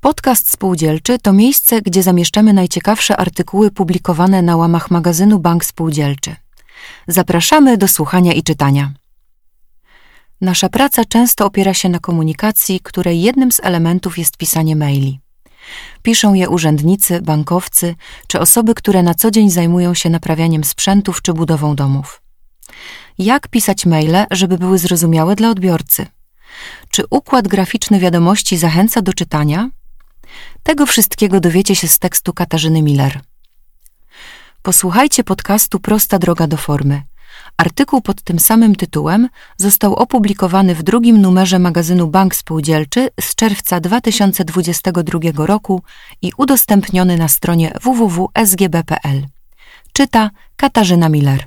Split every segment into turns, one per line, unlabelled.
Podcast Spółdzielczy to miejsce, gdzie zamieszczamy najciekawsze artykuły publikowane na łamach magazynu Bank Spółdzielczy. Zapraszamy do słuchania i czytania. Nasza praca często opiera się na komunikacji, której jednym z elementów jest pisanie maili. Piszą je urzędnicy, bankowcy czy osoby, które na co dzień zajmują się naprawianiem sprzętów czy budową domów. Jak pisać maile, żeby były zrozumiałe dla odbiorcy? Czy układ graficzny wiadomości zachęca do czytania? Tego wszystkiego dowiecie się z tekstu Katarzyny Miller. Posłuchajcie podcastu Prosta droga do formy. Artykuł pod tym samym tytułem został opublikowany w drugim numerze magazynu Bank Spółdzielczy z czerwca 2022 roku i udostępniony na stronie www.sgb.pl. Czyta Katarzyna Miller.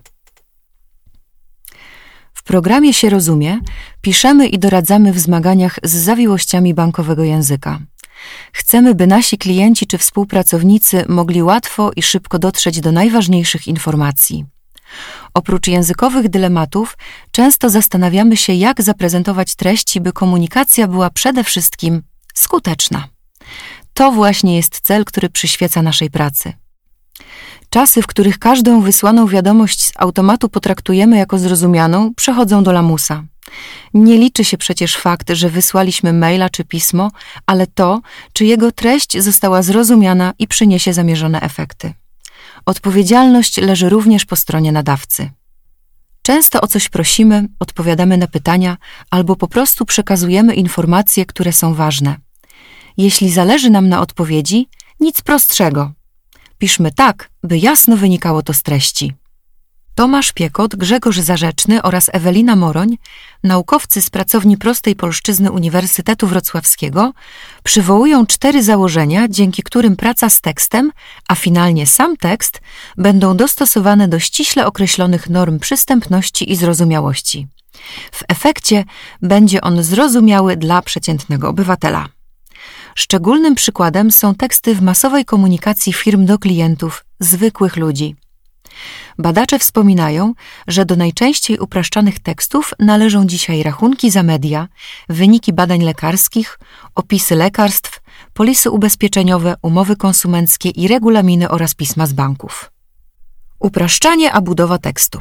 W programie Się rozumie piszemy i doradzamy w zmaganiach z zawiłościami bankowego języka. Chcemy, by nasi klienci czy współpracownicy mogli łatwo i szybko dotrzeć do najważniejszych informacji. Oprócz językowych dylematów, często zastanawiamy się, jak zaprezentować treści, by komunikacja była przede wszystkim skuteczna. To właśnie jest cel, który przyświeca naszej pracy. Czasy, w których każdą wysłaną wiadomość z automatu potraktujemy jako zrozumianą, przechodzą do lamusa. Nie liczy się przecież fakt, że wysłaliśmy maila czy pismo, ale to, czy jego treść została zrozumiana i przyniesie zamierzone efekty. Odpowiedzialność leży również po stronie nadawcy. Często o coś prosimy, odpowiadamy na pytania albo po prostu przekazujemy informacje, które są ważne. Jeśli zależy nam na odpowiedzi, nic prostszego. Piszmy tak, by jasno wynikało to z treści. Tomasz Piekot, Grzegorz Zarzeczny oraz Ewelina Moroń, naukowcy z pracowni Prostej Polszczyzny Uniwersytetu Wrocławskiego, przywołują 4 założenia, dzięki którym praca z tekstem, a finalnie sam tekst, będą dostosowane do ściśle określonych norm przystępności i zrozumiałości. W efekcie będzie on zrozumiały dla przeciętnego obywatela. Szczególnym przykładem są teksty w masowej komunikacji firm do klientów, zwykłych ludzi. Badacze wspominają, że do najczęściej upraszczanych tekstów należą dzisiaj rachunki za media, wyniki badań lekarskich, opisy lekarstw, polisy ubezpieczeniowe, umowy konsumenckie i regulaminy oraz pisma z banków. Upraszczanie a budowa tekstu.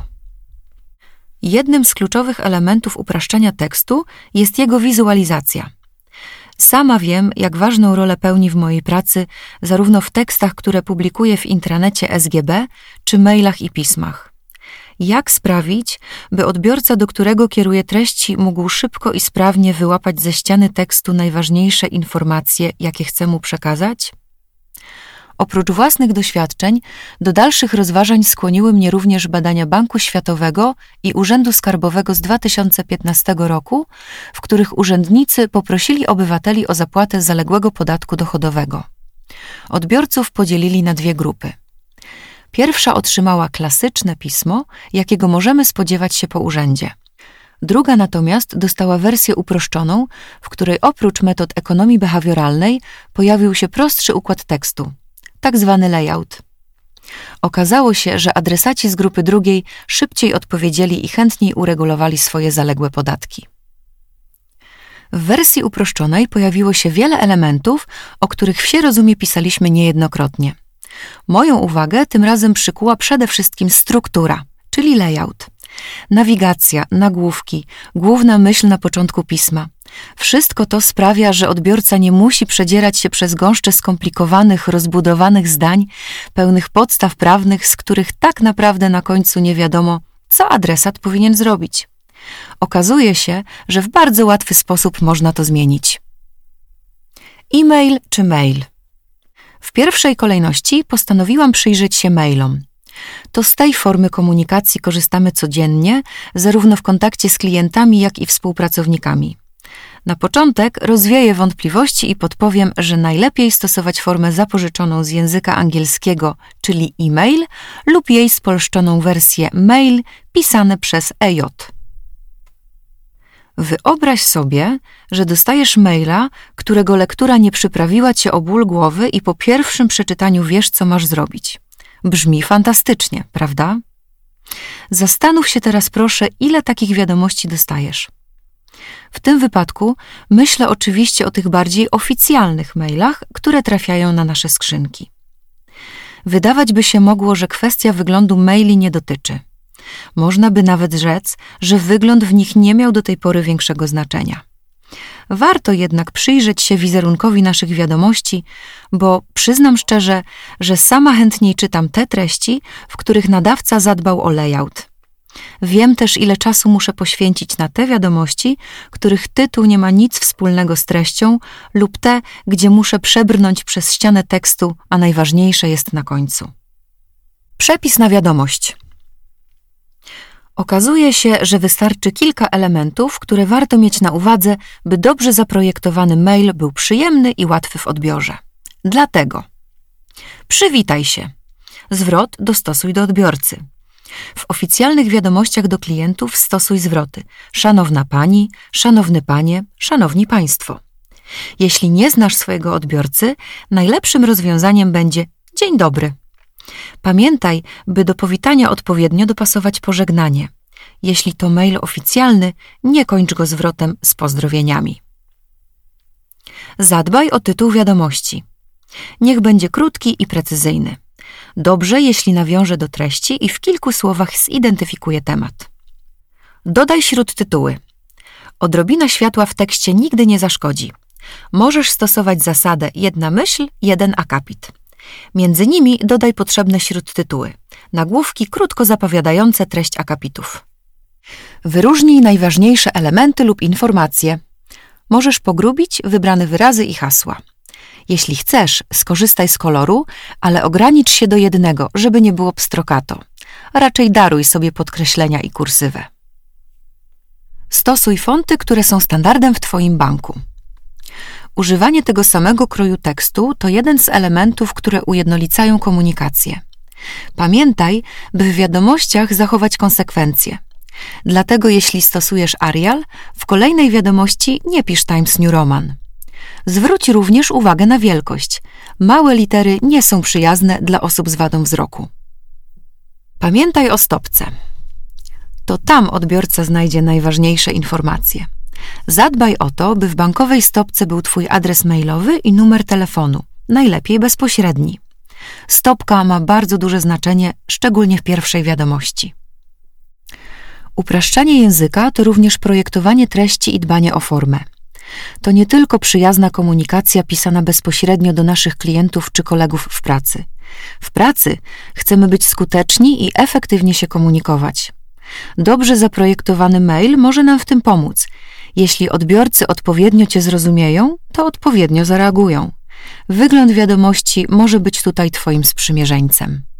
Jednym z kluczowych elementów upraszczania tekstu jest jego wizualizacja. Sama wiem, jak ważną rolę pełni w mojej pracy zarówno w tekstach, które publikuję w intranecie SGB, czy mailach i pismach. Jak sprawić, by odbiorca, do którego kieruję treści, mógł szybko i sprawnie wyłapać ze ściany tekstu najważniejsze informacje, jakie chcę mu przekazać? Oprócz własnych doświadczeń, do dalszych rozważań skłoniły mnie również badania Banku Światowego i Urzędu Skarbowego z 2015 roku, w których urzędnicy poprosili obywateli o zapłatę zaległego podatku dochodowego. Odbiorców podzielili na 2 grupy. Pierwsza otrzymała klasyczne pismo, jakiego możemy spodziewać się po urzędzie. Druga natomiast dostała wersję uproszczoną, w której oprócz metod ekonomii behawioralnej pojawił się prostszy układ tekstu, tak zwany layout. Okazało się, że adresaci z grupy drugiej szybciej odpowiedzieli i chętniej uregulowali swoje zaległe podatki. W wersji uproszczonej pojawiło się wiele elementów, o których w Się rozumie pisaliśmy niejednokrotnie. Moją uwagę tym razem przykuła przede wszystkim struktura, czyli layout. Nawigacja, nagłówki, główna myśl na początku pisma. Wszystko to sprawia, że odbiorca nie musi przedzierać się przez gąszcze skomplikowanych, rozbudowanych zdań, pełnych podstaw prawnych, z których tak naprawdę na końcu nie wiadomo, co adresat powinien zrobić. Okazuje się, że w bardzo łatwy sposób można to zmienić. E-mail czy mail? W pierwszej kolejności postanowiłam przyjrzeć się mailom. To z tej formy komunikacji korzystamy codziennie, zarówno w kontakcie z klientami, jak i współpracownikami. Na początek rozwieję wątpliwości i podpowiem, że najlepiej stosować formę zapożyczoną z języka angielskiego, czyli e-mail, lub jej spolszczoną wersję mail pisane przez EJ. Wyobraź sobie, że dostajesz maila, którego lektura nie przyprawiła cię o ból głowy i po pierwszym przeczytaniu wiesz, co masz zrobić. Brzmi fantastycznie, prawda? Zastanów się teraz proszę, ile takich wiadomości dostajesz. W tym wypadku myślę oczywiście o tych bardziej oficjalnych mailach, które trafiają na nasze skrzynki. Wydawać by się mogło, że kwestia wyglądu maili nie dotyczy. Można by nawet rzec, że wygląd w nich nie miał do tej pory większego znaczenia. Warto jednak przyjrzeć się wizerunkowi naszych wiadomości, bo przyznam szczerze, że sama chętniej czytam te treści, w których nadawca zadbał o layout. Wiem też, ile czasu muszę poświęcić na te wiadomości, których tytuł nie ma nic wspólnego z treścią, lub te, gdzie muszę przebrnąć przez ścianę tekstu, a najważniejsze jest na końcu. Przepis na wiadomość. Okazuje się, że wystarczy kilka elementów, które warto mieć na uwadze, by dobrze zaprojektowany mail był przyjemny i łatwy w odbiorze. Dlatego przywitaj się. Zwrot dostosuj do odbiorcy. W oficjalnych wiadomościach do klientów stosuj zwroty: szanowna pani, szanowny panie, szanowni państwo. Jeśli nie znasz swojego odbiorcy, najlepszym rozwiązaniem będzie dzień dobry. Pamiętaj, by do powitania odpowiednio dopasować pożegnanie. Jeśli to mail oficjalny, nie kończ go zwrotem z pozdrowieniami. Zadbaj o tytuł wiadomości. Niech będzie krótki i precyzyjny. Dobrze, jeśli nawiąże do treści i w kilku słowach zidentyfikuje temat. Dodaj śródtytuły. Odrobina światła w tekście nigdy nie zaszkodzi. Możesz stosować zasadę jedna myśl, jeden akapit. Między nimi dodaj potrzebne śródtytuły, nagłówki krótko zapowiadające treść akapitów. Wyróżnij najważniejsze elementy lub informacje. Możesz pogrubić wybrane wyrazy i hasła. Jeśli chcesz, skorzystaj z koloru, ale ogranicz się do jednego, żeby nie było pstrokato. Raczej daruj sobie podkreślenia i kursywę. Stosuj fonty, które są standardem w Twoim banku. Używanie tego samego kroju tekstu to jeden z elementów, które ujednolicają komunikację. Pamiętaj, by w wiadomościach zachować konsekwencje. Dlatego jeśli stosujesz Arial, w kolejnej wiadomości nie pisz Times New Roman. Zwróć również uwagę na wielkość. Małe litery nie są przyjazne dla osób z wadą wzroku. Pamiętaj o stopce. To tam odbiorca znajdzie najważniejsze informacje. Zadbaj o to, by w bankowej stopce był Twój adres mailowy i numer telefonu, najlepiej bezpośredni. Stopka ma bardzo duże znaczenie, szczególnie w pierwszej wiadomości. Upraszczanie języka to również projektowanie treści i dbanie o formę. To nie tylko przyjazna komunikacja pisana bezpośrednio do naszych klientów czy kolegów w pracy. W pracy chcemy być skuteczni i efektywnie się komunikować. Dobrze zaprojektowany mail może nam w tym pomóc. Jeśli odbiorcy odpowiednio Cię zrozumieją, to odpowiednio zareagują. Wygląd wiadomości może być tutaj Twoim sprzymierzeńcem.